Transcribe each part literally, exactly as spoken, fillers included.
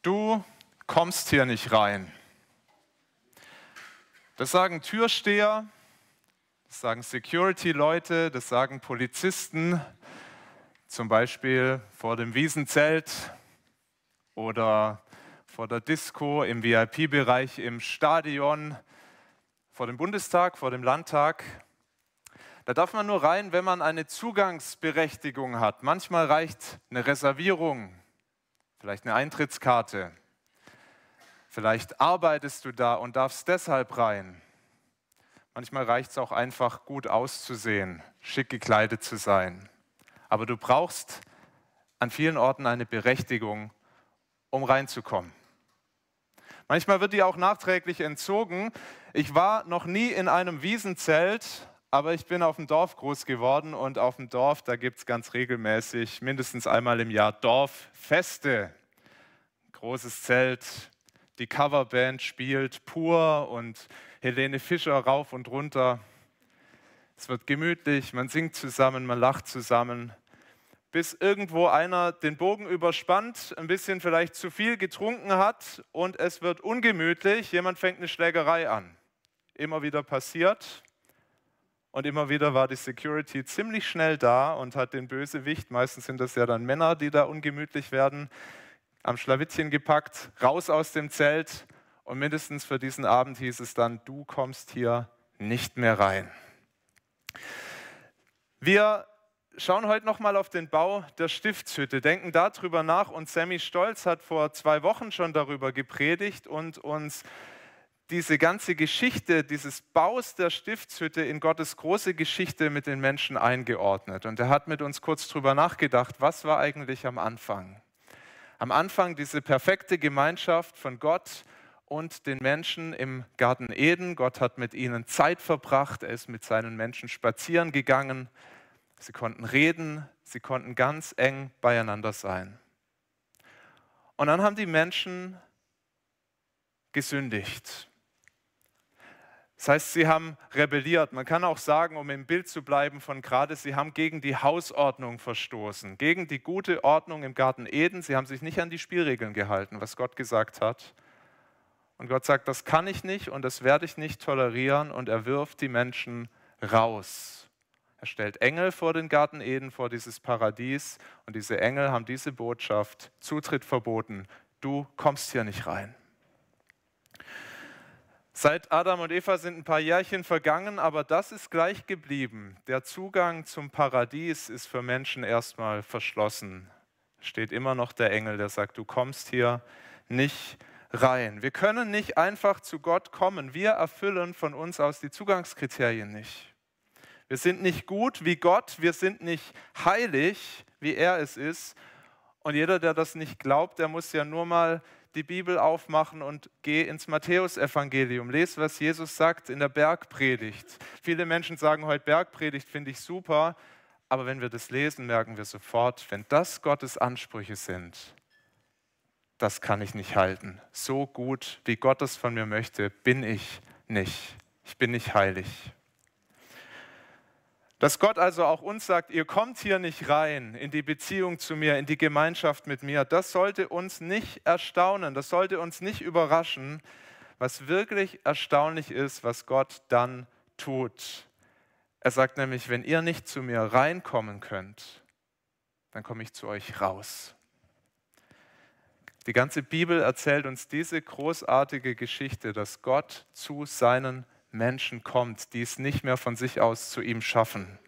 Du kommst hier nicht rein. Das sagen Türsteher, das sagen Security-Leute, das sagen Polizisten, zum Beispiel vor dem Wiesenzelt oder vor der Disco, im V I P-Bereich, im Stadion, vor dem Bundestag, vor dem Landtag. Da darf man nur rein, wenn man eine Zugangsberechtigung hat. Manchmal reicht eine Reservierung, vielleicht eine Eintrittskarte. Vielleicht arbeitest du da und darfst deshalb rein. Manchmal reicht es auch einfach, gut auszusehen, schick gekleidet zu sein. Aber du brauchst an vielen Orten eine Berechtigung, um reinzukommen. Manchmal wird die auch nachträglich entzogen. Ich war noch nie in einem Wiesenzelt, aber ich bin auf dem Dorf groß geworden und auf dem Dorf, da gibt es ganz regelmäßig, mindestens einmal im Jahr, Dorffeste. Großes Zelt, die Coverband spielt Pur und Helene Fischer rauf und runter. Es wird gemütlich, man singt zusammen, man lacht zusammen, bis irgendwo einer den Bogen überspannt, ein bisschen vielleicht zu viel getrunken hat und es wird ungemütlich, jemand fängt eine Schlägerei an. Immer wieder passiert. Und immer wieder war die Security ziemlich schnell da und hat den Bösewicht, meistens sind das ja dann Männer, die da ungemütlich werden, am Schlawittchen gepackt, raus aus dem Zelt und mindestens für diesen Abend hieß es dann, du kommst hier nicht mehr rein. Wir schauen heute nochmal auf den Bau der Stiftshütte, denken darüber nach und Sammy Stolz hat vor zwei Wochen schon darüber gepredigt und uns diese ganze Geschichte dieses Baus der Stiftshütte in Gottes große Geschichte mit den Menschen eingeordnet. Und er hat mit uns kurz drüber nachgedacht, was war eigentlich am Anfang? Am Anfang diese perfekte Gemeinschaft von Gott und den Menschen im Garten Eden. Gott hat mit ihnen Zeit verbracht, er ist mit seinen Menschen spazieren gegangen. Sie konnten reden, sie konnten ganz eng beieinander sein. Und dann haben die Menschen gesündigt. Das heißt, sie haben rebelliert. Man kann auch sagen, um im Bild zu bleiben von gerade, sie haben gegen die Hausordnung verstoßen, gegen die gute Ordnung im Garten Eden. Sie haben sich nicht an die Spielregeln gehalten, was Gott gesagt hat. Und Gott sagt, das kann ich nicht und das werde ich nicht tolerieren und er wirft die Menschen raus. Er stellt Engel vor den Garten Eden, vor dieses Paradies und diese Engel haben diese Botschaft, Zutritt verboten, du kommst hier nicht rein. Seit Adam und Eva sind ein paar Jährchen vergangen, aber das ist gleich geblieben. Der Zugang zum Paradies ist für Menschen erstmal verschlossen. Steht immer noch der Engel, der sagt, du kommst hier nicht rein. Wir können nicht einfach zu Gott kommen. Wir erfüllen von uns aus die Zugangskriterien nicht. Wir sind nicht gut wie Gott, wir sind nicht heilig, wie er es ist. Und jeder, der das nicht glaubt, der muss ja nur mal die Bibel aufmachen und geh ins Matthäusevangelium. Lies, was Jesus sagt in der Bergpredigt. Viele Menschen sagen heute, Bergpredigt finde ich super, aber wenn wir das lesen, merken wir sofort, wenn das Gottes Ansprüche sind, das kann ich nicht halten. So gut, wie Gott es von mir möchte, bin ich nicht. Ich bin nicht heilig. Dass Gott also auch uns sagt, ihr kommt hier nicht rein in die Beziehung zu mir, in die Gemeinschaft mit mir, das sollte uns nicht erstaunen, das sollte uns nicht überraschen. Was wirklich erstaunlich ist, was Gott dann tut. Er sagt nämlich, wenn ihr nicht zu mir reinkommen könnt, dann komme ich zu euch raus. Die ganze Bibel erzählt uns diese großartige Geschichte, dass Gott zu seinen Menschen kommt, die es nicht mehr von sich aus zu ihm schaffen.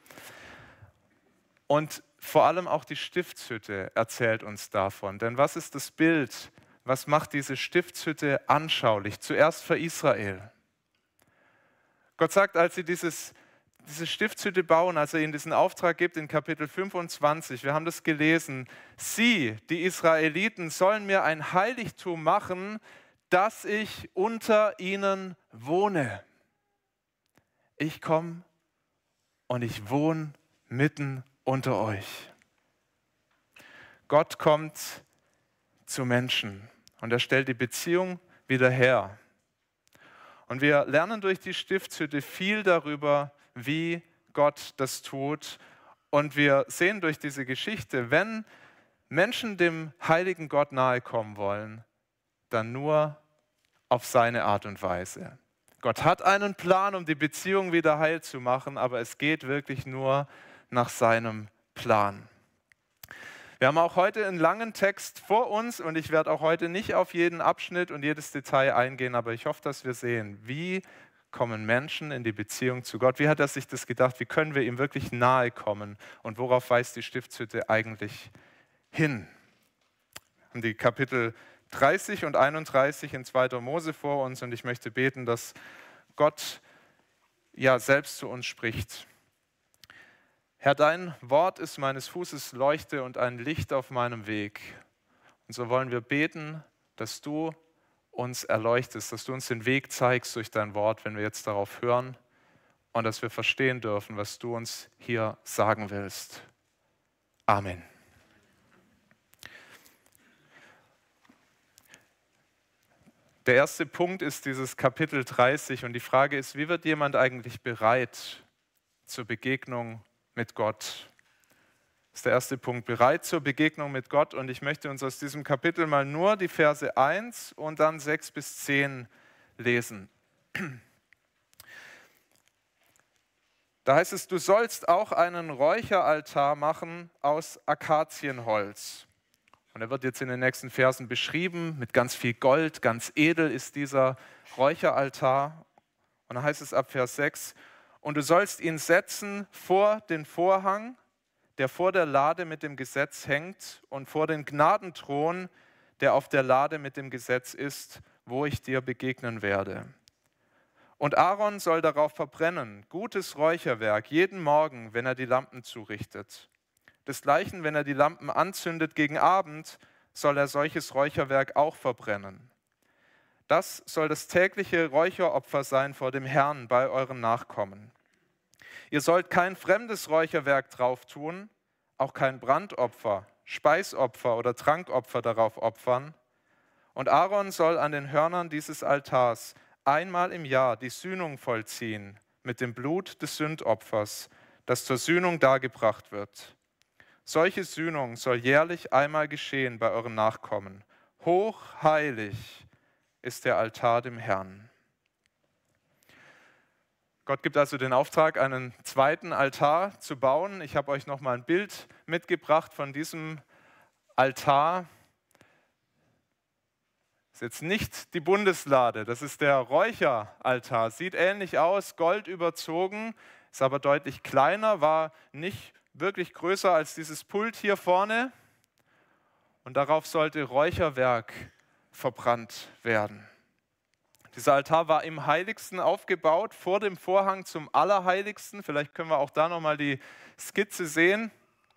Und vor allem auch die Stiftshütte erzählt uns davon. Denn was ist das Bild? Was macht diese Stiftshütte anschaulich? Zuerst für Israel. Gott sagt, als sie dieses, diese Stiftshütte bauen, als er ihnen diesen Auftrag gibt in Kapitel fünfundzwanzig, wir haben das gelesen, sie, die Israeliten, sollen mir ein Heiligtum machen, dass ich unter ihnen wohne. Ich komme und ich wohne mitten unter euch. Gott kommt zu Menschen und er stellt die Beziehung wieder her. Und wir lernen durch die Stiftshütte viel darüber, wie Gott das tut. Und wir sehen durch diese Geschichte, wenn Menschen dem heiligen Gott nahe kommen wollen, dann nur auf seine Art und Weise. Gott hat einen Plan, um die Beziehung wieder heil zu machen, aber es geht wirklich nur nach seinem Plan. Wir haben auch heute einen langen Text vor uns und ich werde auch heute nicht auf jeden Abschnitt und jedes Detail eingehen, aber ich hoffe, dass wir sehen, wie kommen Menschen in die Beziehung zu Gott. Wie hat er sich das gedacht? Wie können wir ihm wirklich nahe kommen? Und worauf weist die Stiftshütte eigentlich hin? Wir haben die Kapitel dreißig und einunddreißig in zweiter Mose vor uns und ich möchte beten, dass Gott ja selbst zu uns spricht. Herr, dein Wort ist meines Fußes Leuchte und ein Licht auf meinem Weg. Und so wollen wir beten, dass du uns erleuchtest, dass du uns den Weg zeigst durch dein Wort, wenn wir jetzt darauf hören und dass wir verstehen dürfen, was du uns hier sagen willst. Amen. Der erste Punkt ist dieses Kapitel dreißig und die Frage ist, wie wird jemand eigentlich bereit zur Begegnung mit Gott? Das ist der erste Punkt, bereit zur Begegnung mit Gott. Und ich möchte uns aus diesem Kapitel mal nur die Verse eins und dann sechs bis zehn lesen. Da heißt es, du sollst auch einen Räucheraltar machen aus Akazienholz. Und er wird jetzt in den nächsten Versen beschrieben, mit ganz viel Gold, ganz edel ist dieser Räucheraltar. Und dann heißt es ab Vers sechs, und du sollst ihn setzen vor den Vorhang, der vor der Lade mit dem Gesetz hängt und vor den Gnadenthron, der auf der Lade mit dem Gesetz ist, wo ich dir begegnen werde. Und Aaron soll darauf verbrennen, gutes Räucherwerk, jeden Morgen, wenn er die Lampen zurichtet. Desgleichen, wenn er die Lampen anzündet gegen Abend, soll er solches Räucherwerk auch verbrennen. Das soll das tägliche Räucheropfer sein vor dem Herrn bei euren Nachkommen. Ihr sollt kein fremdes Räucherwerk drauf tun, auch kein Brandopfer, Speisopfer oder Trankopfer darauf opfern. Und Aaron soll an den Hörnern dieses Altars einmal im Jahr die Sühnung vollziehen mit dem Blut des Sündopfers, das zur Sühnung dargebracht wird. Solche Sühnung soll jährlich einmal geschehen bei euren Nachkommen. Hochheilig ist der Altar dem Herrn. Gott gibt also den Auftrag, einen zweiten Altar zu bauen. Ich habe euch noch mal ein Bild mitgebracht von diesem Altar. Das ist jetzt nicht die Bundeslade, das ist der Räucheraltar. Sieht ähnlich aus, Gold überzogen, ist aber deutlich kleiner, war nicht wirklich größer als dieses Pult hier vorne. Und darauf sollte Räucherwerk verbrannt werden. Dieser Altar war im Heiligsten aufgebaut, vor dem Vorhang zum Allerheiligsten. Vielleicht können wir auch da nochmal die Skizze sehen.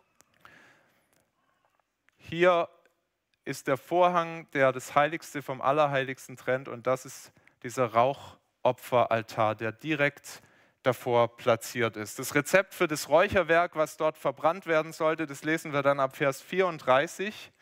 Hier ist der Vorhang, der das Heiligste vom Allerheiligsten trennt. Und das ist dieser Rauchopferaltar, der direkt davor platziert ist. Das Rezept für das Räucherwerk, was dort verbrannt werden sollte, das lesen wir dann ab Vers vierunddreißig.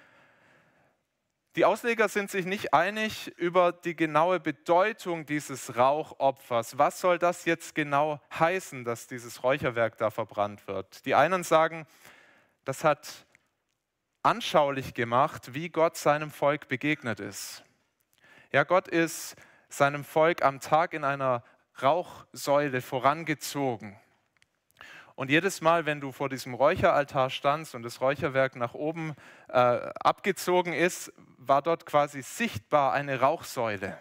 Die Ausleger sind sich nicht einig über die genaue Bedeutung dieses Rauchopfers. Was soll das jetzt genau heißen, dass dieses Räucherwerk da verbrannt wird? Die einen sagen, das hat anschaulich gemacht, wie Gott seinem Volk begegnet ist. Ja, Gott ist seinem Volk am Tag in einer Rauchsäule vorangezogen. Und jedes Mal, wenn du vor diesem Räucheraltar standst und das Räucherwerk nach oben äh, abgezogen ist, war dort quasi sichtbar eine Rauchsäule.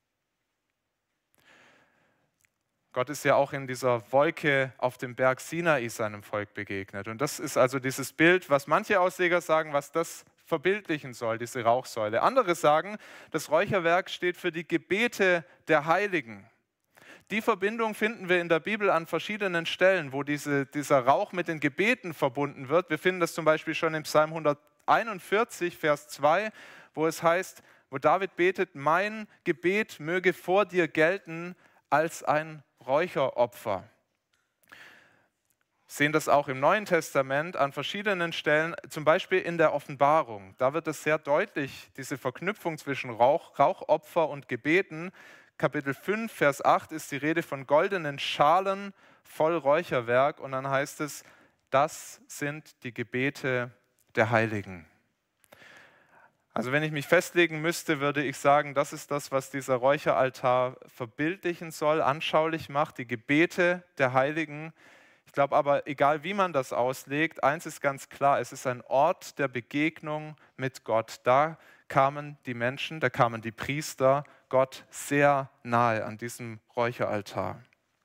Gott ist ja auch in dieser Wolke auf dem Berg Sinai seinem Volk begegnet. Und das ist also dieses Bild, was manche Ausleger sagen, was das verbildlichen soll, diese Rauchsäule. Andere sagen, das Räucherwerk steht für die Gebete der Heiligen. Die Verbindung finden wir in der Bibel an verschiedenen Stellen, wo diese, dieser Rauch mit den Gebeten verbunden wird. Wir finden das zum Beispiel schon im Psalm hunderteinundvierzig, Vers zwei, wo es heißt, wo David betet, mein Gebet möge vor dir gelten als ein Räucheropfer. Wir sehen das auch im Neuen Testament an verschiedenen Stellen, zum Beispiel in der Offenbarung. Da wird es sehr deutlich, diese Verknüpfung zwischen Rauch, Rauchopfer und Gebeten. Kapitel fünf, Vers acht ist die Rede von goldenen Schalen voll Räucherwerk und dann heißt es, das sind die Gebete der Heiligen. Also wenn ich mich festlegen müsste, würde ich sagen, das ist das, was dieser Räucheraltar verbildlichen soll, anschaulich macht, die Gebete der Heiligen. Ich glaube aber, egal wie man das auslegt, eins ist ganz klar, es ist ein Ort der Begegnung mit Gott. Da kamen die Menschen, da kamen die Priester Gott sehr nahe an diesem Räucheraltar.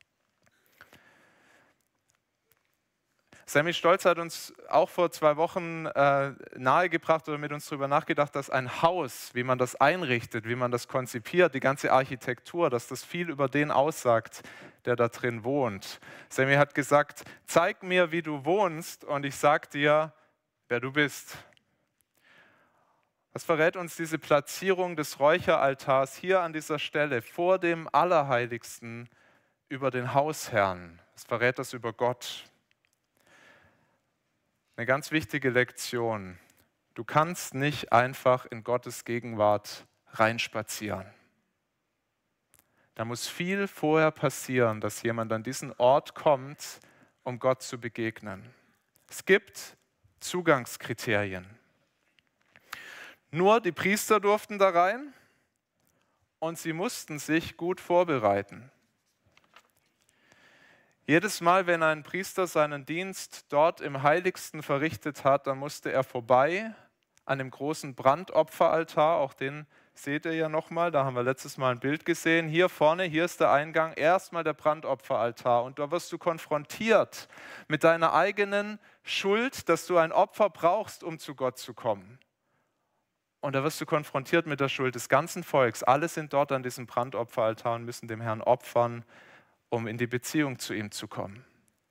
Sammy Stolz hat uns auch vor zwei Wochen äh, nahegebracht oder mit uns darüber nachgedacht, dass ein Haus, wie man das einrichtet, wie man das konzipiert, die ganze Architektur, dass das viel über den aussagt, der da drin wohnt. Sammy hat gesagt, zeig mir, wie du wohnst und ich sag dir, wer du bist. Was verrät uns diese Platzierung des Räucheraltars hier an dieser Stelle vor dem Allerheiligsten über den Hausherrn? Was verrät das über Gott? Eine ganz wichtige Lektion. Du kannst nicht einfach in Gottes Gegenwart reinspazieren. Da muss viel vorher passieren, dass jemand an diesen Ort kommt, um Gott zu begegnen. Es gibt Zugangskriterien. Nur die Priester durften da rein und sie mussten sich gut vorbereiten. Jedes Mal, wenn ein Priester seinen Dienst dort im Heiligsten verrichtet hat, dann musste er vorbei an dem großen Brandopferaltar, auch den seht ihr ja nochmal, da haben wir letztes Mal ein Bild gesehen. Hier vorne, hier ist der Eingang, erstmal der Brandopferaltar und da wirst du konfrontiert mit deiner eigenen Schuld, dass du ein Opfer brauchst, um zu Gott zu kommen. Und da wirst du konfrontiert mit der Schuld des ganzen Volks. Alle sind dort an diesem Brandopferaltar und müssen dem Herrn opfern, um in die Beziehung zu ihm zu kommen.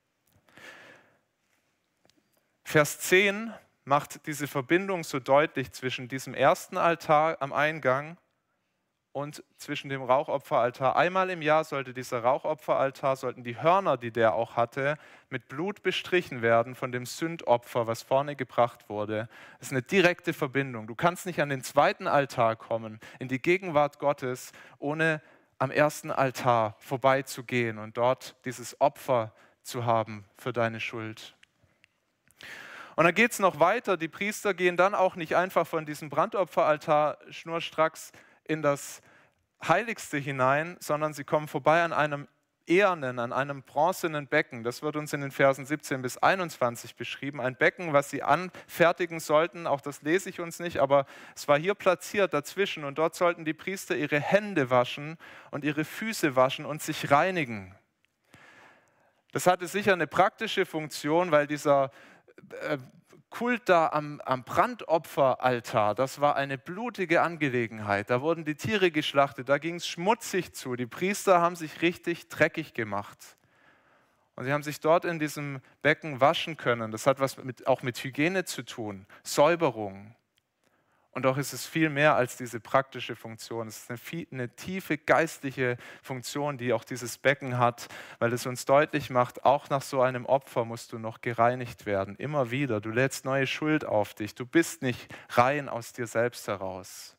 Vers zehn macht diese Verbindung so deutlich zwischen diesem ersten Altar am Eingang und zwischen dem Rauchopferaltar. Einmal im Jahr sollte dieser Rauchopferaltar, sollten die Hörner, die der auch hatte, mit Blut bestrichen werden von dem Sündopfer, was vorne gebracht wurde. Das ist eine direkte Verbindung. Du kannst nicht an den zweiten Altar kommen, in die Gegenwart Gottes, ohne am ersten Altar vorbeizugehen und dort dieses Opfer zu haben für deine Schuld. Und dann geht es noch weiter. Die Priester gehen dann auch nicht einfach von diesem Brandopferaltar schnurstracks in das Heiligste hinein, sondern sie kommen vorbei an einem ehernen, an einem bronzenen Becken. Das wird uns in den Versen siebzehn bis einundzwanzig beschrieben. Ein Becken, was sie anfertigen sollten, auch das lese ich uns nicht, aber es war hier platziert dazwischen und dort sollten die Priester ihre Hände waschen und ihre Füße waschen und sich reinigen. Das hatte sicher eine praktische Funktion, weil dieser äh, Kult da am, am Brandopferaltar, das war eine blutige Angelegenheit. Da wurden die Tiere geschlachtet, da ging es schmutzig zu. Die Priester haben sich richtig dreckig gemacht. Und sie haben sich dort in diesem Becken waschen können. Das hat was mit, auch mit Hygiene zu tun, Säuberung. Und doch ist es viel mehr als diese praktische Funktion. Es ist eine, viel, eine tiefe geistliche Funktion, die auch dieses Becken hat, weil es uns deutlich macht, auch nach so einem Opfer musst du noch gereinigt werden. Immer wieder. Du lädst neue Schuld auf dich. Du bist nicht rein aus dir selbst heraus.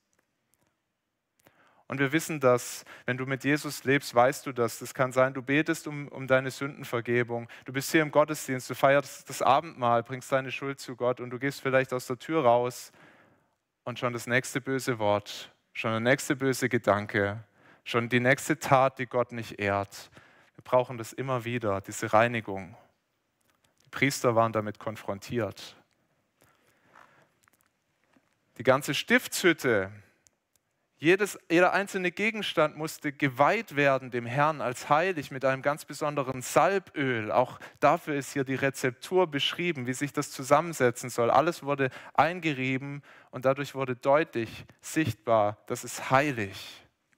Und wir wissen das, wenn du mit Jesus lebst, weißt du das. Das kann sein, du betest um, um deine Sündenvergebung. Du bist hier im Gottesdienst, du feierst das Abendmahl, bringst deine Schuld zu Gott und du gehst vielleicht aus der Tür raus. Und schon das nächste böse Wort, schon der nächste böse Gedanke, schon die nächste Tat, die Gott nicht ehrt. Wir brauchen das immer wieder, diese Reinigung. Die Priester waren damit konfrontiert. Die ganze Stiftshütte, jedes, jeder einzelne Gegenstand musste geweiht werden dem Herrn als heilig mit einem ganz besonderen Salböl. Auch dafür ist hier die Rezeptur beschrieben, wie sich das zusammensetzen soll. Alles wurde eingerieben und dadurch wurde deutlich sichtbar, das ist heilig.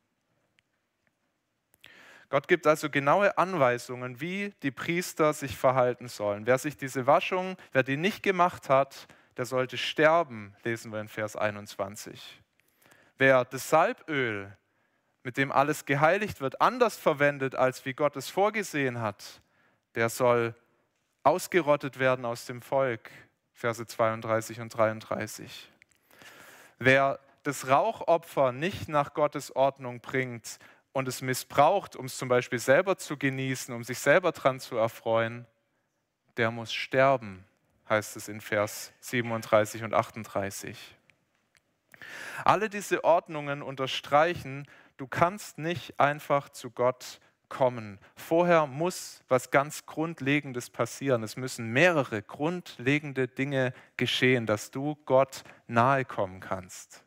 Gott gibt also genaue Anweisungen, wie die Priester sich verhalten sollen. Wer sich diese Waschung, wer die nicht gemacht hat, der sollte sterben, lesen wir in Vers einundzwanzig. Wer das Salböl, mit dem alles geheiligt wird, anders verwendet, als wie Gott es vorgesehen hat, der soll ausgerottet werden aus dem Volk, Verse zweiunddreißig und dreiunddreißig. Wer das Rauchopfer nicht nach Gottes Ordnung bringt und es missbraucht, um es zum Beispiel selber zu genießen, um sich selber dran zu erfreuen, der muss sterben, heißt es in Vers siebenunddreißig und achtunddreißig. Alle diese Ordnungen unterstreichen, du kannst nicht einfach zu Gott kommen. Vorher muss was ganz Grundlegendes passieren. Es müssen mehrere grundlegende Dinge geschehen, dass du Gott nahe kommen kannst.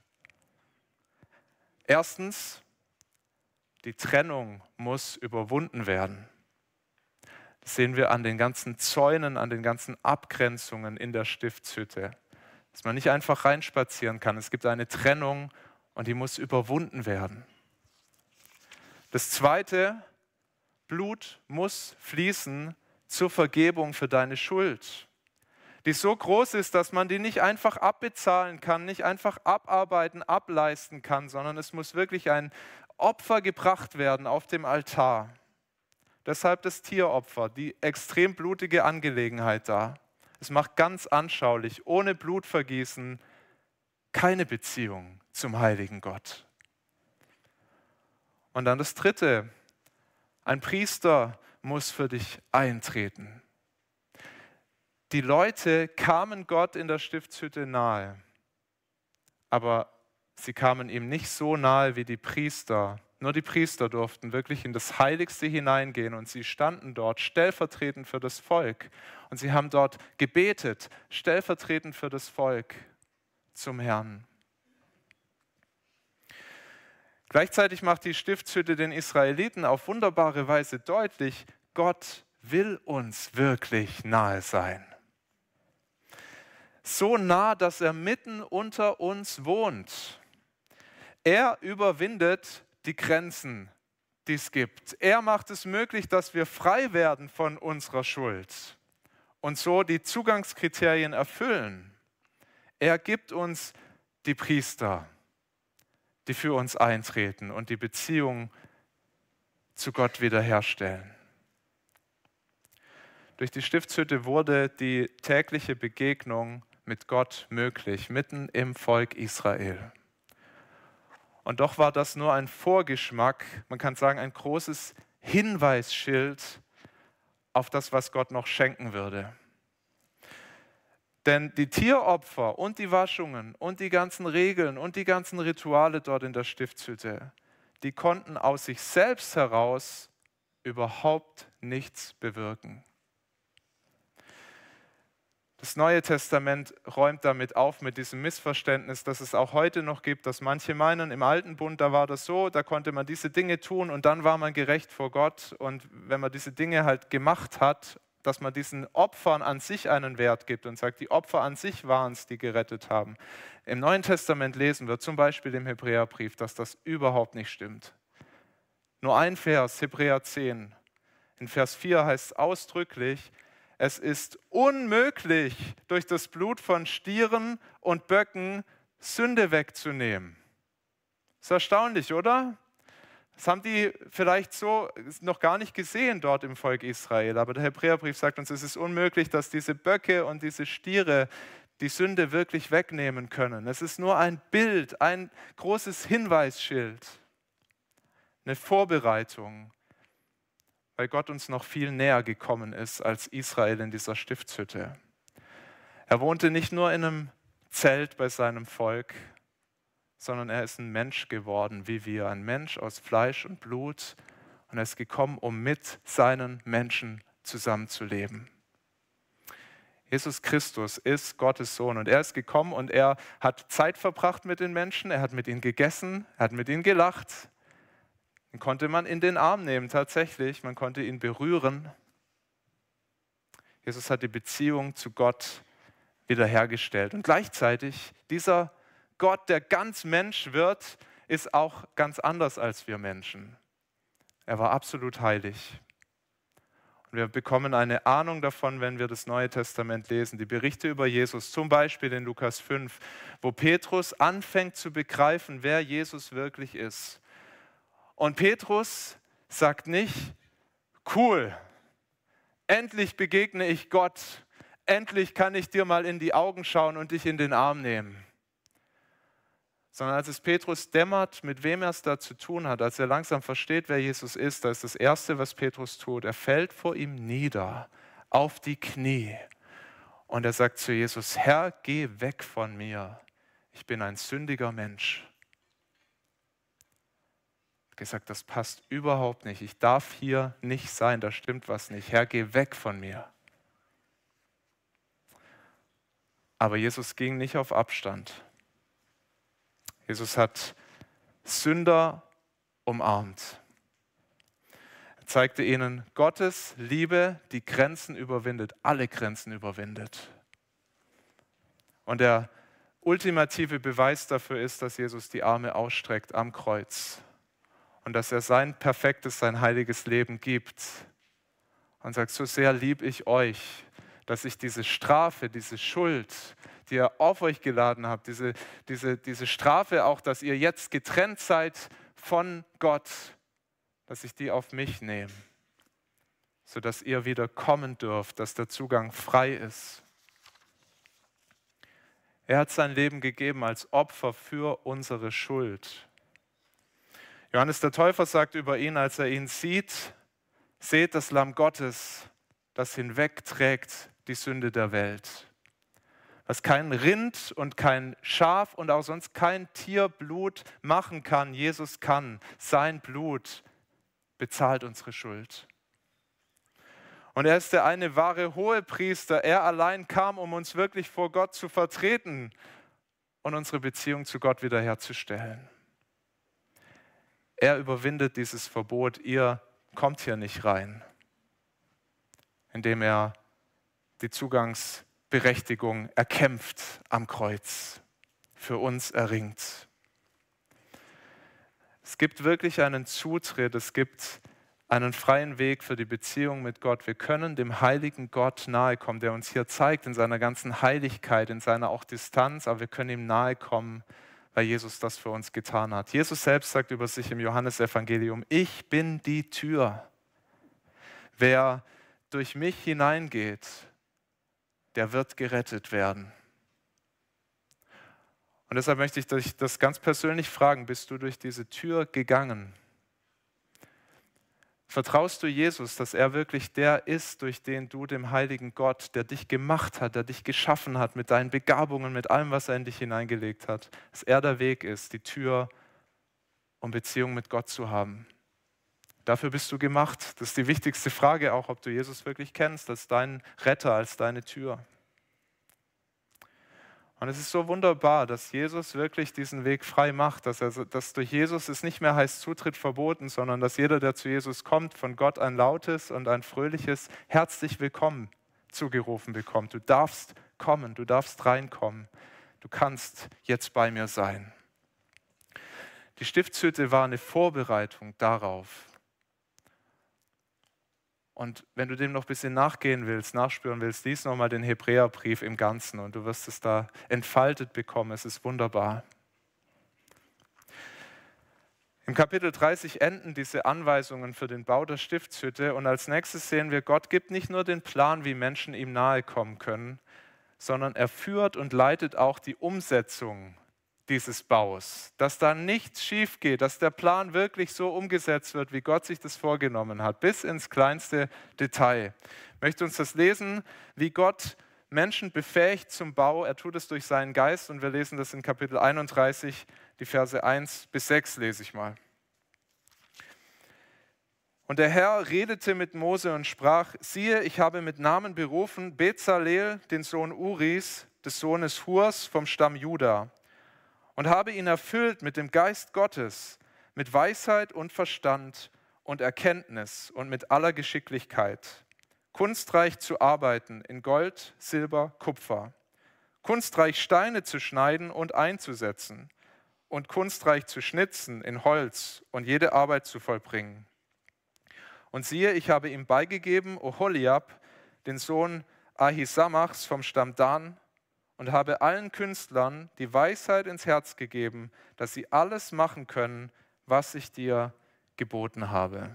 Erstens, die Trennung muss überwunden werden. Das sehen wir an den ganzen Zäunen, an den ganzen Abgrenzungen in der Stiftshütte. Dass man nicht einfach reinspazieren kann. Es gibt eine Trennung und die muss überwunden werden. Das Zweite, Blut muss fließen zur Vergebung für deine Schuld, die so groß ist, dass man die nicht einfach abbezahlen kann, nicht einfach abarbeiten, ableisten kann, sondern es muss wirklich ein Opfer gebracht werden auf dem Altar. Deshalb das Tieropfer, die extrem blutige Angelegenheit da. Es macht ganz anschaulich, ohne Blutvergießen keine Beziehung zum heiligen Gott. Und dann das Dritte, ein Priester muss für dich eintreten. Die Leute kamen Gott in der Stiftshütte nahe, aber sie kamen ihm nicht so nahe wie die Priester. Nur die Priester durften wirklich in das Heiligste hineingehen und sie standen dort stellvertretend für das Volk. Und sie haben dort gebetet, stellvertretend für das Volk zum Herrn. Gleichzeitig macht die Stiftshütte den Israeliten auf wunderbare Weise deutlich, Gott will uns wirklich nahe sein. So nah, dass er mitten unter uns wohnt. Er überwindet die Grenzen, die es gibt. Er macht es möglich, dass wir frei werden von unserer Schuld und so die Zugangskriterien erfüllen. Er gibt uns die Priester, die für uns eintreten und die Beziehung zu Gott wiederherstellen. Durch die Stiftshütte wurde die tägliche Begegnung mit Gott möglich, mitten im Volk Israel. Und doch war das nur ein Vorgeschmack, man kann sagen ein großes Hinweisschild auf das, was Gott noch schenken würde. Denn die Tieropfer und die Waschungen und die ganzen Regeln und die ganzen Rituale dort in der Stiftshütte, die konnten aus sich selbst heraus überhaupt nichts bewirken. Das Neue Testament räumt damit auf mit diesem Missverständnis, das es auch heute noch gibt, dass manche meinen, im Alten Bund, da war das so, da konnte man diese Dinge tun und dann war man gerecht vor Gott. Und wenn man diese Dinge halt gemacht hat, dass man diesen Opfern an sich einen Wert gibt und sagt, die Opfer an sich waren es, die gerettet haben. Im Neuen Testament lesen wir zum Beispiel im Hebräerbrief, dass das überhaupt nicht stimmt. Nur ein Vers, Hebräer zehn. In Vers vier heißt es ausdrücklich, es ist unmöglich, durch das Blut von Stieren und Böcken Sünde wegzunehmen. Ist erstaunlich, oder? Das haben die vielleicht so noch gar nicht gesehen dort im Volk Israel. Aber der Hebräerbrief sagt uns, es ist unmöglich, dass diese Böcke und diese Stiere die Sünde wirklich wegnehmen können. Es ist nur ein Bild, ein großes Hinweisschild, eine Vorbereitung, weil Gott uns noch viel näher gekommen ist als Israel in dieser Stiftshütte. Er wohnte nicht nur in einem Zelt bei seinem Volk, sondern er ist ein Mensch geworden wie wir, ein Mensch aus Fleisch und Blut. Und er ist gekommen, um mit seinen Menschen zusammenzuleben. Jesus Christus ist Gottes Sohn und er ist gekommen und er hat Zeit verbracht mit den Menschen, er hat mit ihnen gegessen, er hat mit ihnen gelacht. Den konnte man in den Arm nehmen, tatsächlich. Man konnte ihn berühren. Jesus hat die Beziehung zu Gott wiederhergestellt. Und gleichzeitig, dieser Gott, der ganz Mensch wird, ist auch ganz anders als wir Menschen. Er war absolut heilig. Und wir bekommen eine Ahnung davon, wenn wir das Neue Testament lesen. Die Berichte über Jesus, zum Beispiel in Lukas fünf, wo Petrus anfängt zu begreifen, wer Jesus wirklich ist. Und Petrus sagt nicht, cool, endlich begegne ich Gott, endlich kann ich dir mal in die Augen schauen und dich in den Arm nehmen. Sondern als es Petrus dämmert, mit wem er es da zu tun hat, als er langsam versteht, wer Jesus ist, da ist das Erste, was Petrus tut, er fällt vor ihm nieder, auf die Knie Und er sagt zu Jesus, Herr, geh weg von mir. Ich bin ein sündiger Mensch. Er hat gesagt, das passt überhaupt nicht. Ich darf hier nicht sein, da stimmt was nicht. Herr, geh weg von mir. Aber Jesus ging nicht auf Abstand. Jesus hat Sünder umarmt. Er zeigte ihnen Gottes Liebe, die Grenzen überwindet, alle Grenzen überwindet. Und der ultimative Beweis dafür ist, dass Jesus die Arme ausstreckt am Kreuz und dass er sein perfektes, sein heiliges Leben gibt und sagt, so sehr lieb ich euch, dass ich diese Strafe, diese Schuld, die ihr auf euch geladen habt, diese, diese, diese Strafe auch, dass ihr jetzt getrennt seid von Gott, dass ich die auf mich nehme, sodass ihr wieder kommen dürft, dass der Zugang frei ist. Er hat sein Leben gegeben als Opfer für unsere Schuld. Johannes der Täufer sagt über ihn, als er ihn sieht, seht das Lamm Gottes, das hinwegträgt die Sünde der Welt. Was kein Rind und kein Schaf und auch sonst kein Tierblut machen kann, Jesus kann. Sein Blut bezahlt unsere Schuld. Und er ist der eine wahre Hohepriester. Er allein kam, um uns wirklich vor Gott zu vertreten und unsere Beziehung zu Gott wiederherzustellen. Er überwindet dieses Verbot, ihr kommt hier nicht rein, indem er die Zugangsberechtigung erkämpft am Kreuz, für uns erringt. Es gibt wirklich einen Zutritt, es gibt einen freien Weg für die Beziehung mit Gott. Wir können dem heiligen Gott nahe kommen, der uns hier zeigt in seiner ganzen Heiligkeit, in seiner auch Distanz, aber wir können ihm nahe kommen, weil Jesus das für uns getan hat. Jesus selbst sagt über sich im Johannesevangelium, ich bin die Tür. Wer durch mich hineingeht, der wird gerettet werden. Und deshalb möchte ich dich das ganz persönlich fragen, bist du durch diese Tür gegangen? Vertraust du Jesus, dass er wirklich der ist, durch den du dem heiligen Gott, der dich gemacht hat, der dich geschaffen hat, mit deinen Begabungen, mit allem, was er in dich hineingelegt hat, dass er der Weg ist, die Tür, um Beziehung mit Gott zu haben? Dafür bist du gemacht. Das ist die wichtigste Frage auch, ob du Jesus wirklich kennst, als deinen Retter, als deine Tür. Und es ist so wunderbar, dass Jesus wirklich diesen Weg frei macht, dass, er, dass durch Jesus es nicht mehr heißt Zutritt verboten, sondern dass jeder, der zu Jesus kommt, von Gott ein lautes und ein fröhliches herzlich willkommen zugerufen bekommt. Du darfst kommen, du darfst reinkommen, du kannst jetzt bei mir sein. Die Stiftshütte war eine Vorbereitung darauf. Und wenn du dem noch ein bisschen nachgehen willst, nachspüren willst, lies nochmal den Hebräerbrief im Ganzen und du wirst es da entfaltet bekommen. Es ist wunderbar. Im Kapitel dreißig enden diese Anweisungen für den Bau der Stiftshütte und als nächstes sehen wir, Gott gibt nicht nur den Plan, wie Menschen ihm nahe kommen können, sondern er führt und leitet auch die Umsetzung dieses Baus, dass da nichts schief geht, dass der Plan wirklich so umgesetzt wird, wie Gott sich das vorgenommen hat, bis ins kleinste Detail. Ich möchte uns das lesen, wie Gott Menschen befähigt zum Bau. Er tut es durch seinen Geist und wir lesen das in Kapitel einunddreißig, die Verse eins bis sechs lese ich mal. Und der Herr redete mit Mose und sprach, siehe, ich habe mit Namen berufen Bezalel, den Sohn Uris, des Sohnes Hurs vom Stamm Juda, und habe ihn erfüllt mit dem Geist Gottes, mit Weisheit und Verstand und Erkenntnis und mit aller Geschicklichkeit, kunstreich zu arbeiten in Gold, Silber, Kupfer, kunstreich Steine zu schneiden und einzusetzen und kunstreich zu schnitzen in Holz und jede Arbeit zu vollbringen. Und siehe, ich habe ihm beigegeben Oholiab, den Sohn Ahisamachs vom Stamm Dan, und habe allen Künstlern die Weisheit ins Herz gegeben, dass sie alles machen können, was ich dir geboten habe.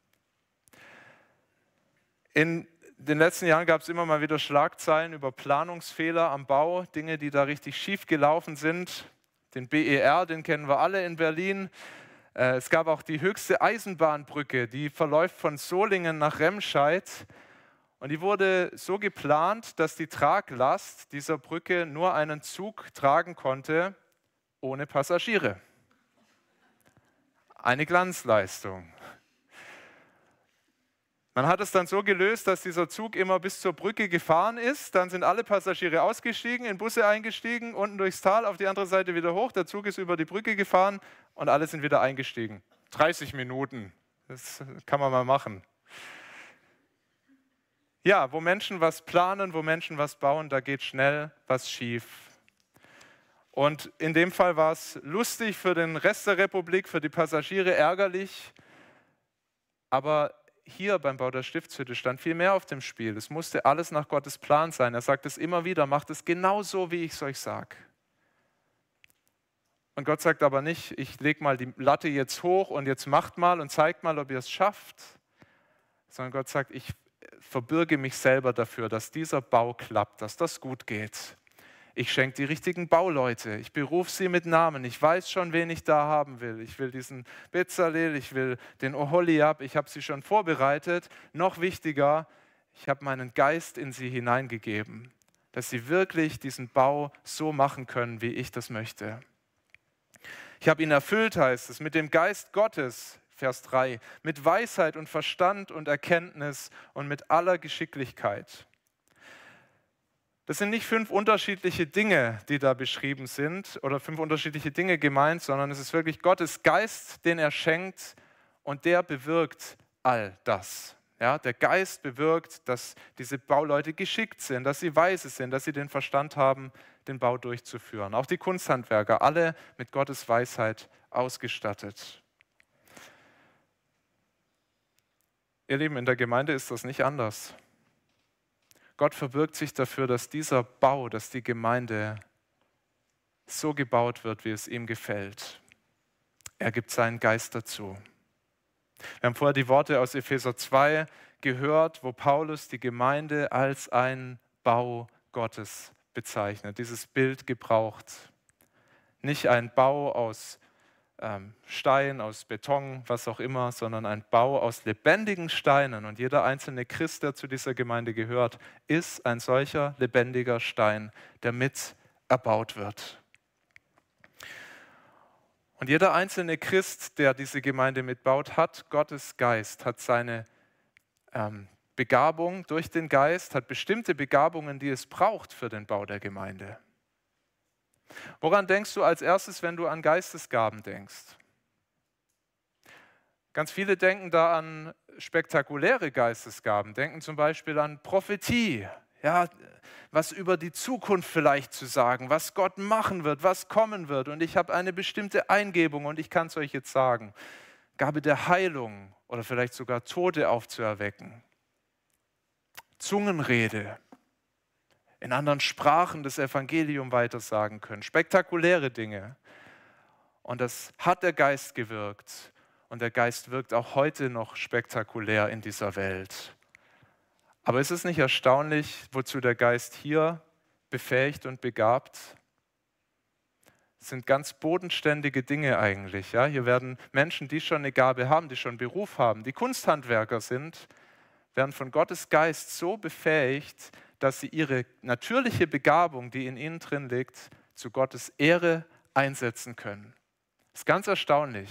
In den letzten Jahren gab es immer mal wieder Schlagzeilen über Planungsfehler am Bau, Dinge, die da richtig schief gelaufen sind. Den B E R, den kennen wir alle in Berlin. Es gab auch die höchste Eisenbahnbrücke, die verläuft von Solingen nach Remscheid. Und die wurde so geplant, dass die Traglast dieser Brücke nur einen Zug tragen konnte, ohne Passagiere. Eine Glanzleistung. Man hat es dann so gelöst, dass dieser Zug immer bis zur Brücke gefahren ist. Dann sind alle Passagiere ausgestiegen, in Busse eingestiegen, unten durchs Tal, auf die andere Seite wieder hoch. Der Zug ist über die Brücke gefahren und alle sind wieder eingestiegen. dreißig Minuten, das kann man mal machen. Ja, wo Menschen was planen, wo Menschen was bauen, da geht schnell was schief. Und in dem Fall war es lustig für den Rest der Republik, für die Passagiere ärgerlich, aber hier beim Bau der Stiftshütte stand viel mehr auf dem Spiel. Es musste alles nach Gottes Plan sein. Er sagt es immer wieder, macht es genau so, wie ich es euch sage. Und Gott sagt aber nicht, ich lege mal die Latte jetzt hoch und jetzt macht mal und zeigt mal, ob ihr es schafft. Sondern Gott sagt, ich verbürge mich selber dafür, dass dieser Bau klappt, dass das gut geht. Ich schenke die richtigen Bauleute, ich berufe sie mit Namen, ich weiß schon, wen ich da haben will. Ich will diesen Bezalel, ich will den Oholiab, ich habe sie schon vorbereitet. Noch wichtiger, ich habe meinen Geist in sie hineingegeben, dass sie wirklich diesen Bau so machen können, wie ich das möchte. Ich habe ihn erfüllt, heißt es, mit dem Geist Gottes, Vers drei, mit Weisheit und Verstand und Erkenntnis und mit aller Geschicklichkeit. Das sind nicht fünf unterschiedliche Dinge, die da beschrieben sind oder fünf unterschiedliche Dinge gemeint, sondern es ist wirklich Gottes Geist, den er schenkt und der bewirkt all das. Ja, der Geist bewirkt, dass diese Bauleute geschickt sind, dass sie weise sind, dass sie den Verstand haben, den Bau durchzuführen. Auch die Kunsthandwerker, alle mit Gottes Weisheit ausgestattet. Ihr Lieben, in der Gemeinde ist das nicht anders. Gott verbirgt sich dafür, dass dieser Bau, dass die Gemeinde so gebaut wird, wie es ihm gefällt. Er gibt seinen Geist dazu. Wir haben vorher die Worte aus Epheser zwei gehört, wo Paulus die Gemeinde als ein Bau Gottes bezeichnet, dieses Bild gebraucht. Nicht ein Bau aus ähm, Stein, aus Beton, was auch immer, sondern ein Bau aus lebendigen Steinen. Und jeder einzelne Christ, der zu dieser Gemeinde gehört, ist ein solcher lebendiger Stein, der mit erbaut wird. Und jeder einzelne Christ, der diese Gemeinde mitbaut, hat Gottes Geist, hat seine ähm, Begabung durch den Geist, hat bestimmte Begabungen, die es braucht für den Bau der Gemeinde. Woran denkst du als erstes, wenn du an Geistesgaben denkst? Ganz viele denken da an spektakuläre Geistesgaben, denken zum Beispiel an Prophetie, ja, was über die Zukunft vielleicht zu sagen, was Gott machen wird, was kommen wird. Und ich habe eine bestimmte Eingebung und ich kann es euch jetzt sagen. Gabe der Heilung oder vielleicht sogar Tote aufzuerwecken. Zungenrede. In anderen Sprachen das Evangelium weitersagen können. Spektakuläre Dinge. Und das hat der Geist gewirkt. Und der Geist wirkt auch heute noch spektakulär in dieser Welt. Aber ist es nicht erstaunlich, wozu der Geist hier befähigt und begabt? Es sind ganz bodenständige Dinge eigentlich. Ja? Hier werden Menschen, die schon eine Gabe haben, die schon Beruf haben, die Kunsthandwerker sind, werden von Gottes Geist so befähigt, dass sie ihre natürliche Begabung, die in ihnen drin liegt, zu Gottes Ehre einsetzen können. Das ist ganz erstaunlich.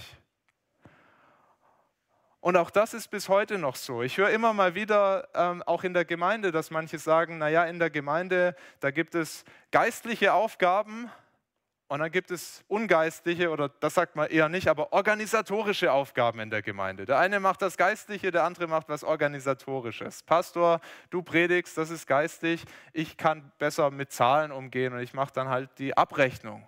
Und auch das ist bis heute noch so. Ich höre immer mal wieder, ähm, auch in der Gemeinde, dass manche sagen, naja, in der Gemeinde, da gibt es geistliche Aufgaben und dann gibt es ungeistliche, oder das sagt man eher nicht, aber organisatorische Aufgaben in der Gemeinde. Der eine macht das Geistliche, der andere macht was Organisatorisches. Pastor, du predigst, das ist geistlich, ich kann besser mit Zahlen umgehen und ich mache dann halt die Abrechnung.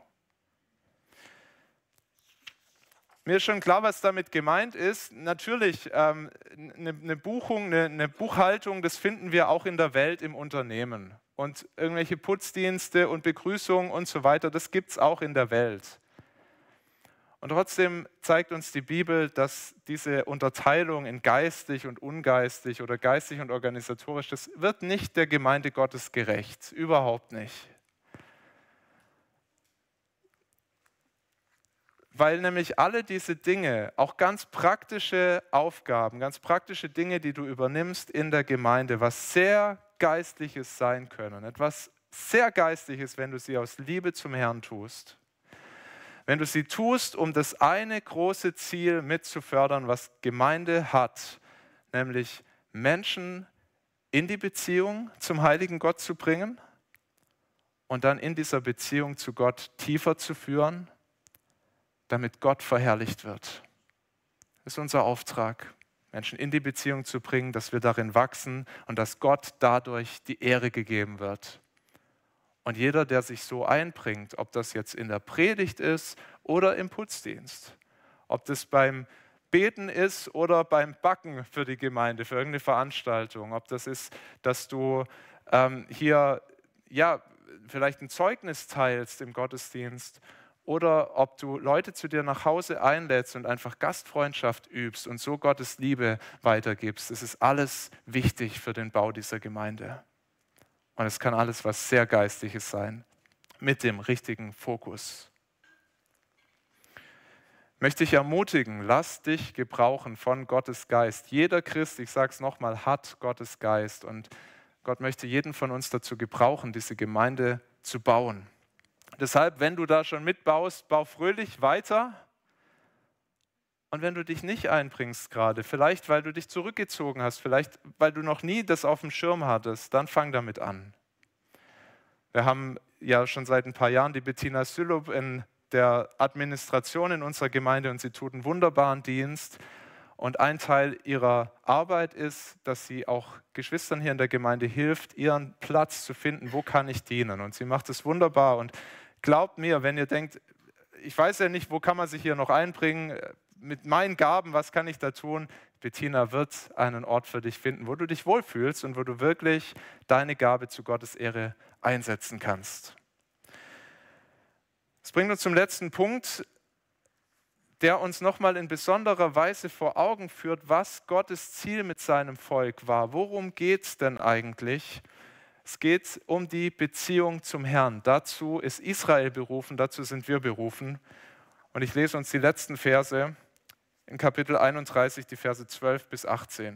Mir ist schon klar, was damit gemeint ist. Natürlich, ähm, eine, eine Buchung, eine, eine Buchhaltung, das finden wir auch in der Welt im Unternehmen. Und irgendwelche Putzdienste und Begrüßungen und so weiter, das gibt es auch in der Welt. Und trotzdem zeigt uns die Bibel, dass diese Unterteilung in geistlich und ungeistlich oder geistlich und organisatorisch, das wird nicht der Gemeinde Gottes gerecht. Überhaupt nicht. weil nämlich alle diese Dinge, auch ganz praktische Aufgaben, ganz praktische Dinge, die du übernimmst in der Gemeinde, was sehr Geistliches sein können, etwas sehr Geistliches, wenn du sie aus Liebe zum Herrn tust. Wenn du sie tust, um das eine große Ziel mitzufördern, was Gemeinde hat, nämlich Menschen in die Beziehung zum heiligen Gott zu bringen und dann in dieser Beziehung zu Gott tiefer zu führen, damit Gott verherrlicht wird. Das ist unser Auftrag, Menschen in die Beziehung zu bringen, dass wir darin wachsen und dass Gott dadurch die Ehre gegeben wird. Und jeder, der sich so einbringt, ob das jetzt in der Predigt ist oder im Putzdienst, ob das beim Beten ist oder beim Backen für die Gemeinde, für irgendeine Veranstaltung, ob das ist, dass du ähm, hier ja, vielleicht ein Zeugnis teilst im Gottesdienst oder ob du Leute zu dir nach Hause einlädst und einfach Gastfreundschaft übst und so Gottes Liebe weitergibst. Das ist alles wichtig für den Bau dieser Gemeinde. Und es kann alles was sehr Geistliches sein, mit dem richtigen Fokus. Möchte ich ermutigen, lass dich gebrauchen von Gottes Geist. Jeder Christ, ich sage es nochmal, hat Gottes Geist. Und Gott möchte jeden von uns dazu gebrauchen, diese Gemeinde zu bauen. Deshalb, wenn du da schon mitbaust, bau fröhlich weiter. Und wenn du dich nicht einbringst gerade, vielleicht weil du dich zurückgezogen hast, vielleicht weil du noch nie das auf dem Schirm hattest, dann fang damit an. Wir haben ja schon seit ein paar Jahren die Bettina Sülup in der Administration in unserer Gemeinde und sie tut einen wunderbaren Dienst. Und ein Teil ihrer Arbeit ist, dass sie auch Geschwistern hier in der Gemeinde hilft, ihren Platz zu finden, wo kann ich dienen. Und sie macht es wunderbar. Und glaubt mir, wenn ihr denkt, ich weiß ja nicht, wo kann man sich hier noch einbringen, mit meinen Gaben, was kann ich da tun? Bettina wird einen Ort für dich finden, wo du dich wohlfühlst und wo du wirklich deine Gabe zu Gottes Ehre einsetzen kannst. Das bringt uns zum letzten Punkt, der uns nochmal in besonderer Weise vor Augen führt, was Gottes Ziel mit seinem Volk war. Worum geht es denn eigentlich? Es geht um die Beziehung zum Herrn. Dazu ist Israel berufen, dazu sind wir berufen. Und ich lese uns die letzten Verse in Kapitel einunddreißig, die Verse zwölf bis achtzehn.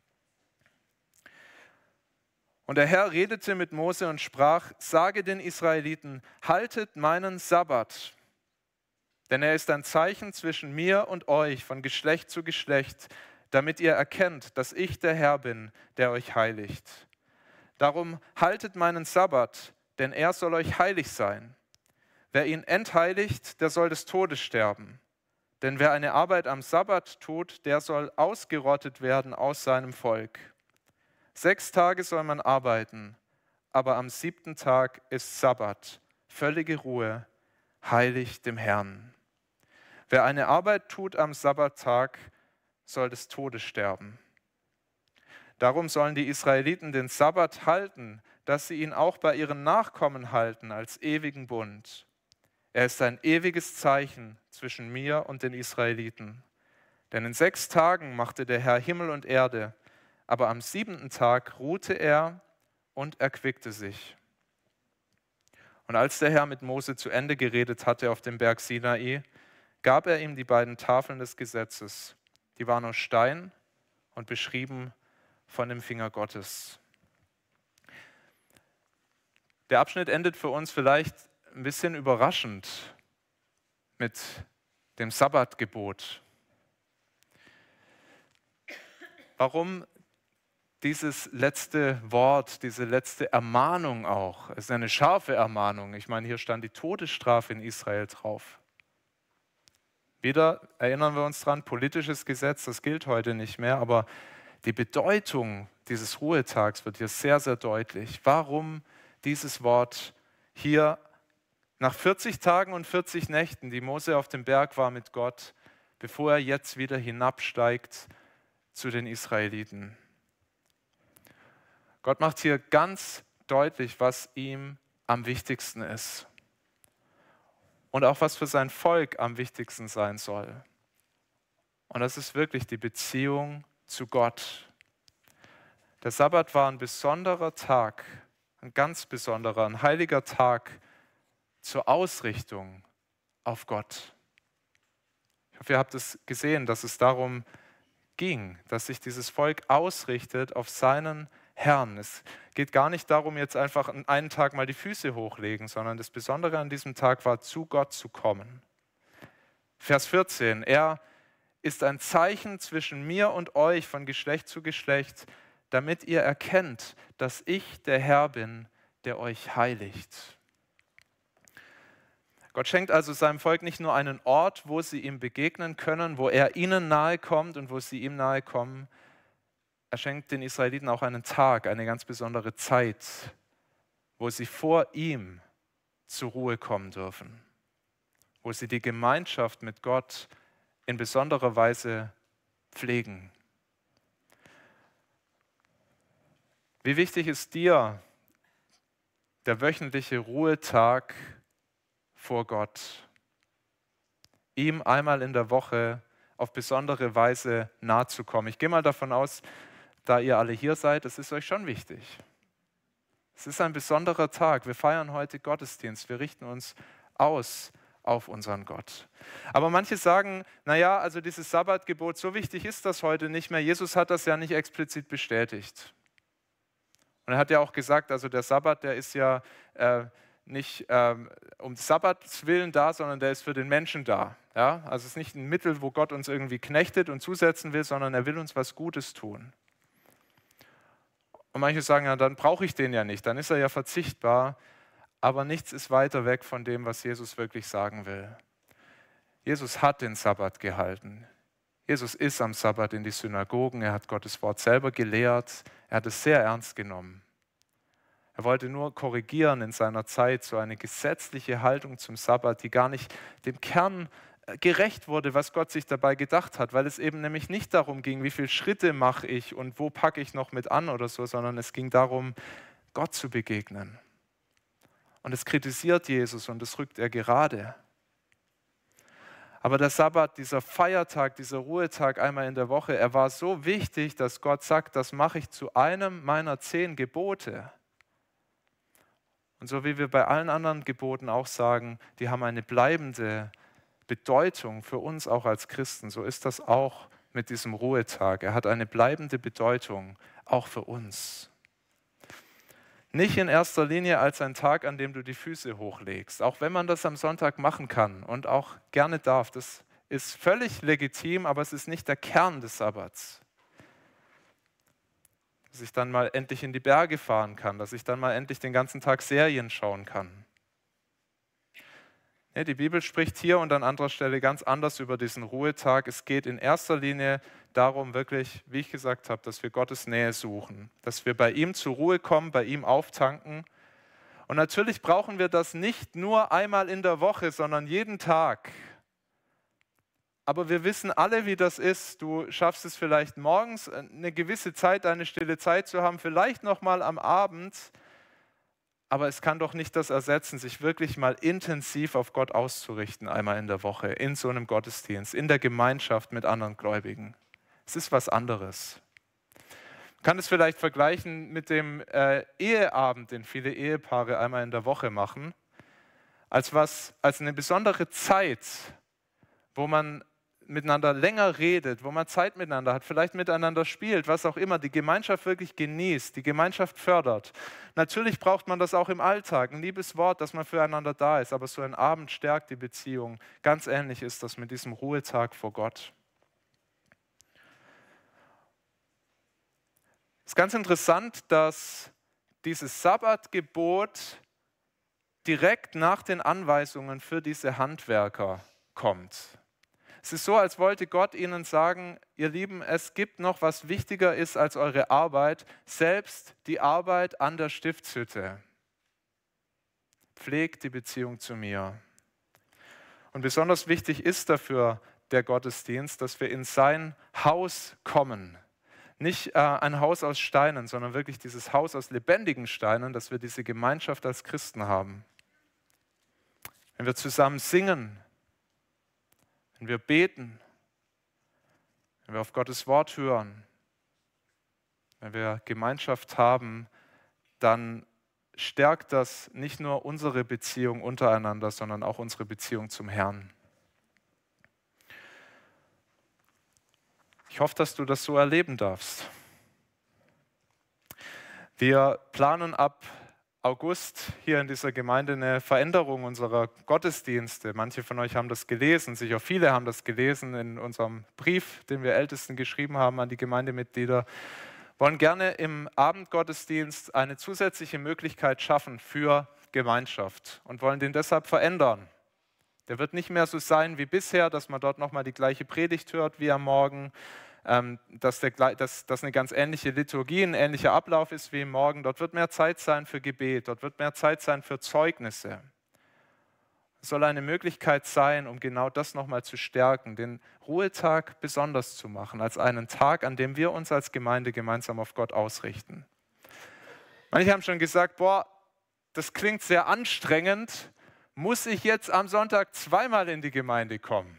Und der Herr redete mit Mose und sprach, sage den Israeliten, haltet meinen Sabbat, denn er ist ein Zeichen zwischen mir und euch von Geschlecht zu Geschlecht, damit ihr erkennt, dass ich der Herr bin, der euch heiligt. Darum haltet meinen Sabbat, denn er soll euch heilig sein. Wer ihn entheiligt, der soll des Todes sterben. Denn wer eine Arbeit am Sabbat tut, der soll ausgerottet werden aus seinem Volk. Sechs Tage soll man arbeiten, aber am siebten Tag ist Sabbat, völlige Ruhe, heilig dem Herrn. Wer eine Arbeit tut am Sabbattag, soll des Todes sterben. Darum sollen die Israeliten den Sabbat halten, dass sie ihn auch bei ihren Nachkommen halten als ewigen Bund. Er ist ein ewiges Zeichen zwischen mir und den Israeliten. Denn in sechs Tagen machte der Herr Himmel und Erde, aber am siebenten Tag ruhte er und erquickte sich. Und als der Herr mit Mose zu Ende geredet hatte auf dem Berg Sinai, gab er ihm die beiden Tafeln des Gesetzes. Die waren aus Stein und beschrieben von dem Finger Gottes. Der Abschnitt endet für uns vielleicht ein bisschen überraschend mit dem Sabbatgebot. Warum dieses letzte Wort, diese letzte Ermahnung auch? Es ist eine scharfe Ermahnung. Ich meine, hier stand die Todesstrafe in Israel drauf. Wieder erinnern wir uns dran, politisches Gesetz, das gilt heute nicht mehr, aber die Bedeutung dieses Ruhetags wird hier sehr, sehr deutlich. Warum dieses Wort hier nach vierzig Tagen und vierzig Nächten, die Mose auf dem Berg war mit Gott, bevor er jetzt wieder hinabsteigt zu den Israeliten? Gott macht hier ganz deutlich, was ihm am wichtigsten ist und auch was für sein Volk am wichtigsten sein soll. Und das ist wirklich die Beziehung zu Gott. Der Sabbat war ein besonderer Tag, ein ganz besonderer, ein heiliger Tag zur Ausrichtung auf Gott. Ich hoffe, ihr habt es gesehen, dass es darum ging, dass sich dieses Volk ausrichtet auf seinen Herrn. Es geht gar nicht darum, jetzt einfach einen Tag mal die Füße hochlegen, sondern das Besondere an diesem Tag war, zu Gott zu kommen. Vers vierzehn, er ist ein Zeichen zwischen mir und euch von Geschlecht zu Geschlecht, damit ihr erkennt, dass ich der Herr bin, der euch heiligt. Gott schenkt also seinem Volk nicht nur einen Ort, wo sie ihm begegnen können, wo er ihnen nahe kommt und wo sie ihm nahe kommen. Er schenkt den Israeliten auch einen Tag, eine ganz besondere Zeit, wo sie vor ihm zur Ruhe kommen dürfen, wo sie die Gemeinschaft mit Gott in besonderer Weise pflegen. Wie wichtig ist dir der wöchentliche Ruhetag vor Gott, ihm einmal in der Woche auf besondere Weise nahe zu kommen? Ich gehe mal davon aus, da ihr alle hier seid, das ist euch schon wichtig. Es ist ein besonderer Tag. Wir feiern heute Gottesdienst. Wir richten uns aus auf unseren Gott. Aber manche sagen, naja, also dieses Sabbatgebot, so wichtig ist das heute nicht mehr. Jesus hat das ja nicht explizit bestätigt. Und er hat ja auch gesagt, also der Sabbat, der ist ja äh, nicht ähm, um Sabbats willen da, sondern der ist für den Menschen da. Ja? Also es ist nicht ein Mittel, wo Gott uns irgendwie knechtet und zusetzen will, sondern er will uns was Gutes tun. Und manche sagen, ja, dann brauche ich den ja nicht, dann ist er ja verzichtbar. Aber nichts ist weiter weg von dem, was Jesus wirklich sagen will. Jesus hat den Sabbat gehalten. Jesus ist am Sabbat in die Synagogen, er hat Gottes Wort selber gelehrt, er hat es sehr ernst genommen. Er wollte nur korrigieren in seiner Zeit so eine gesetzliche Haltung zum Sabbat, die gar nicht dem Kern gerecht wurde, was Gott sich dabei gedacht hat, weil es eben nämlich nicht darum ging, wie viele Schritte mache ich und wo packe ich noch mit an oder so, sondern es ging darum, Gott zu begegnen. Und es kritisiert Jesus und das rückt er gerade. Aber der Sabbat, dieser Feiertag, dieser Ruhetag einmal in der Woche, er war so wichtig, dass Gott sagt, das mache ich zu einem meiner zehn Gebote. Und so wie wir bei allen anderen Geboten auch sagen, die haben eine bleibende Bedeutung für uns auch als Christen, so ist das auch mit diesem Ruhetag. Er hat eine bleibende Bedeutung auch für uns. Nicht in erster Linie als ein Tag, an dem du die Füße hochlegst, auch wenn man das am Sonntag machen kann und auch gerne darf. Das ist völlig legitim, aber es ist nicht der Kern des Sabbats. Dass ich dann mal endlich in die Berge fahren kann, dass ich dann mal endlich den ganzen Tag Serien schauen kann. Ja, die Bibel spricht hier und an anderer Stelle ganz anders über diesen Ruhetag. Es geht in erster Linie darum, wirklich, wie ich gesagt habe, dass wir Gottes Nähe suchen, dass wir bei ihm zur Ruhe kommen, bei ihm auftanken. Und natürlich brauchen wir das nicht nur einmal in der Woche, sondern jeden Tag. Aber wir wissen alle, wie das ist. Du schaffst es vielleicht morgens, eine gewisse Zeit, eine stille Zeit zu haben, vielleicht noch mal am Abend. Aber es kann doch nicht das ersetzen, sich wirklich mal intensiv auf Gott auszurichten, einmal in der Woche, in so einem Gottesdienst, in der Gemeinschaft mit anderen Gläubigen. Es ist was anderes. Man kann es vielleicht vergleichen mit dem äh, Eheabend, den viele Ehepaare einmal in der Woche machen, als, was, als eine besondere Zeit, wo man miteinander länger redet, wo man Zeit miteinander hat, vielleicht miteinander spielt, was auch immer, die Gemeinschaft wirklich genießt, die Gemeinschaft fördert. Natürlich braucht man das auch im Alltag, ein liebes Wort, dass man füreinander da ist, aber so ein Abend stärkt die Beziehung. Ganz ähnlich ist das mit diesem Ruhetag vor Gott. Es ist ganz interessant, dass dieses Sabbatgebot direkt nach den Anweisungen für diese Handwerker kommt. Es ist so, als wollte Gott ihnen sagen, ihr Lieben, es gibt noch was wichtiger ist als eure Arbeit, selbst die Arbeit an der Stiftshütte. Pflegt die Beziehung zu mir. Und besonders wichtig ist dafür der Gottesdienst, dass wir in sein Haus kommen. Nicht äh, ein Haus aus Steinen, sondern wirklich dieses Haus aus lebendigen Steinen, dass wir diese Gemeinschaft als Christen haben. Wenn wir zusammen singen, wenn wir beten, wenn wir auf Gottes Wort hören, wenn wir Gemeinschaft haben, dann stärkt das nicht nur unsere Beziehung untereinander, sondern auch unsere Beziehung zum Herrn. Ich hoffe, dass du das so erleben darfst. Wir planen ab August hier in dieser Gemeinde eine Veränderung unserer Gottesdienste. Manche von euch haben das gelesen, sicher viele haben das gelesen in unserem Brief, den wir Ältesten geschrieben haben an die Gemeindemitglieder. Wir wollen gerne im Abendgottesdienst eine zusätzliche Möglichkeit schaffen für Gemeinschaft und wollen den deshalb verändern. Der wird nicht mehr so sein wie bisher, dass man dort nochmal die gleiche Predigt hört wie am Morgen, ähm, dass, der, dass, dass eine ganz ähnliche Liturgie, ein ähnlicher Ablauf ist wie im Morgen. Dort wird mehr Zeit sein für Gebet, dort wird mehr Zeit sein für Zeugnisse. Es soll eine Möglichkeit sein, um genau das nochmal zu stärken, den Ruhetag besonders zu machen, als einen Tag, an dem wir uns als Gemeinde gemeinsam auf Gott ausrichten. Manche haben schon gesagt, boah, das klingt sehr anstrengend, muss ich jetzt am Sonntag zweimal in die Gemeinde kommen?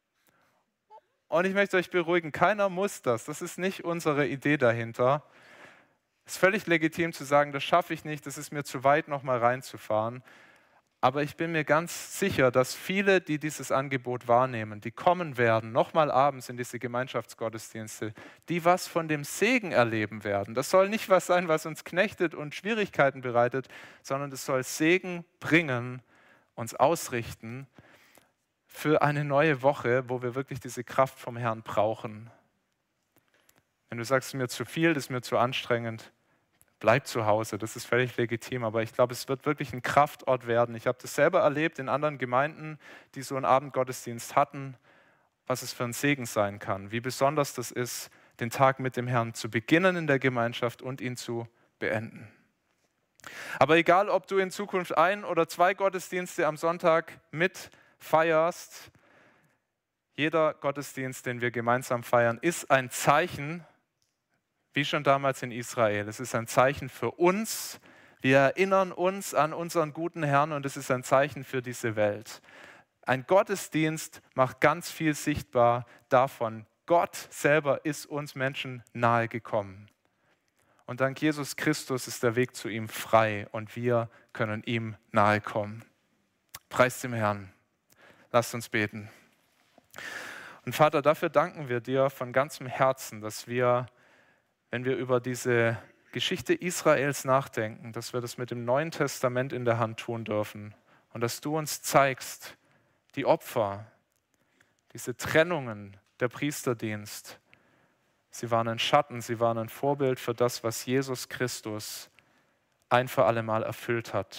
Und ich möchte euch beruhigen, keiner muss das. Das ist nicht unsere Idee dahinter. Es ist völlig legitim zu sagen, das schaffe ich nicht, das ist mir zu weit, nochmal reinzufahren. Aber ich bin mir ganz sicher, dass viele, die dieses Angebot wahrnehmen, die kommen werden, nochmal abends in diese Gemeinschaftsgottesdienste, die was von dem Segen erleben werden. Das soll nicht was sein, was uns knechtet und Schwierigkeiten bereitet, sondern es soll Segen bringen, uns ausrichten für eine neue Woche, wo wir wirklich diese Kraft vom Herrn brauchen. Wenn du sagst, es ist mir zu viel, das ist mir zu anstrengend, bleib zu Hause, das ist völlig legitim, aber ich glaube, es wird wirklich ein Kraftort werden. Ich habe das selber erlebt in anderen Gemeinden, die so einen Abendgottesdienst hatten, was es für ein Segen sein kann, wie besonders das ist, den Tag mit dem Herrn zu beginnen in der Gemeinschaft und ihn zu beenden. Aber egal, ob du in Zukunft ein oder zwei Gottesdienste am Sonntag mit feierst, jeder Gottesdienst, den wir gemeinsam feiern, ist ein Zeichen, wie schon damals in Israel. Es ist ein Zeichen für uns. Wir erinnern uns an unseren guten Herrn und es ist ein Zeichen für diese Welt. Ein Gottesdienst macht ganz viel sichtbar davon. Gott selber ist uns Menschen nahe gekommen. Und dank Jesus Christus ist der Weg zu ihm frei und wir können ihm nahe kommen. Preis dem Herrn. Lasst uns beten. Und Vater, dafür danken wir dir von ganzem Herzen, dass wir, wenn wir über diese Geschichte Israels nachdenken, dass wir das mit dem Neuen Testament in der Hand tun dürfen und dass du uns zeigst, die Opfer, diese Trennungen, der Priesterdienst, sie waren ein Schatten, sie waren ein Vorbild für das, was Jesus Christus ein für alle Mal erfüllt hat.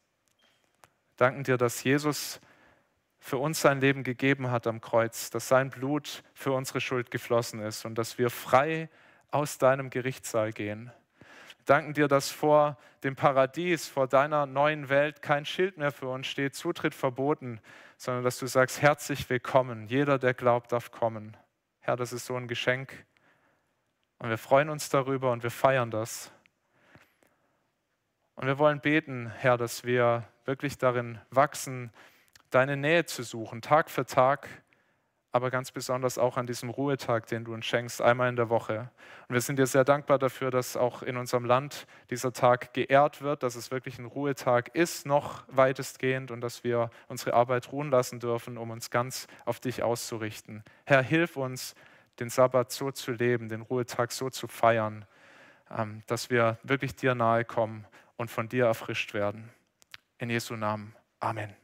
Wir danken dir, dass Jesus für uns sein Leben gegeben hat am Kreuz, dass sein Blut für unsere Schuld geflossen ist und dass wir frei aus deinem Gerichtssaal gehen. Wir danken dir, dass vor dem Paradies, vor deiner neuen Welt kein Schild mehr für uns steht, Zutritt verboten, sondern dass du sagst, herzlich willkommen, jeder, der glaubt, darf kommen. Herr, das ist so ein Geschenk und wir freuen uns darüber und wir feiern das. Und wir wollen beten, Herr, dass wir wirklich darin wachsen, deine Nähe zu suchen, Tag für Tag, aber ganz besonders auch an diesem Ruhetag, den du uns schenkst, einmal in der Woche. Und wir sind dir sehr dankbar dafür, dass auch in unserem Land dieser Tag geehrt wird, dass es wirklich ein Ruhetag ist, noch weitestgehend, und dass wir unsere Arbeit ruhen lassen dürfen, um uns ganz auf dich auszurichten. Herr, hilf uns, den Sabbat so zu leben, den Ruhetag so zu feiern, dass wir wirklich dir nahe kommen und von dir erfrischt werden. In Jesu Namen. Amen.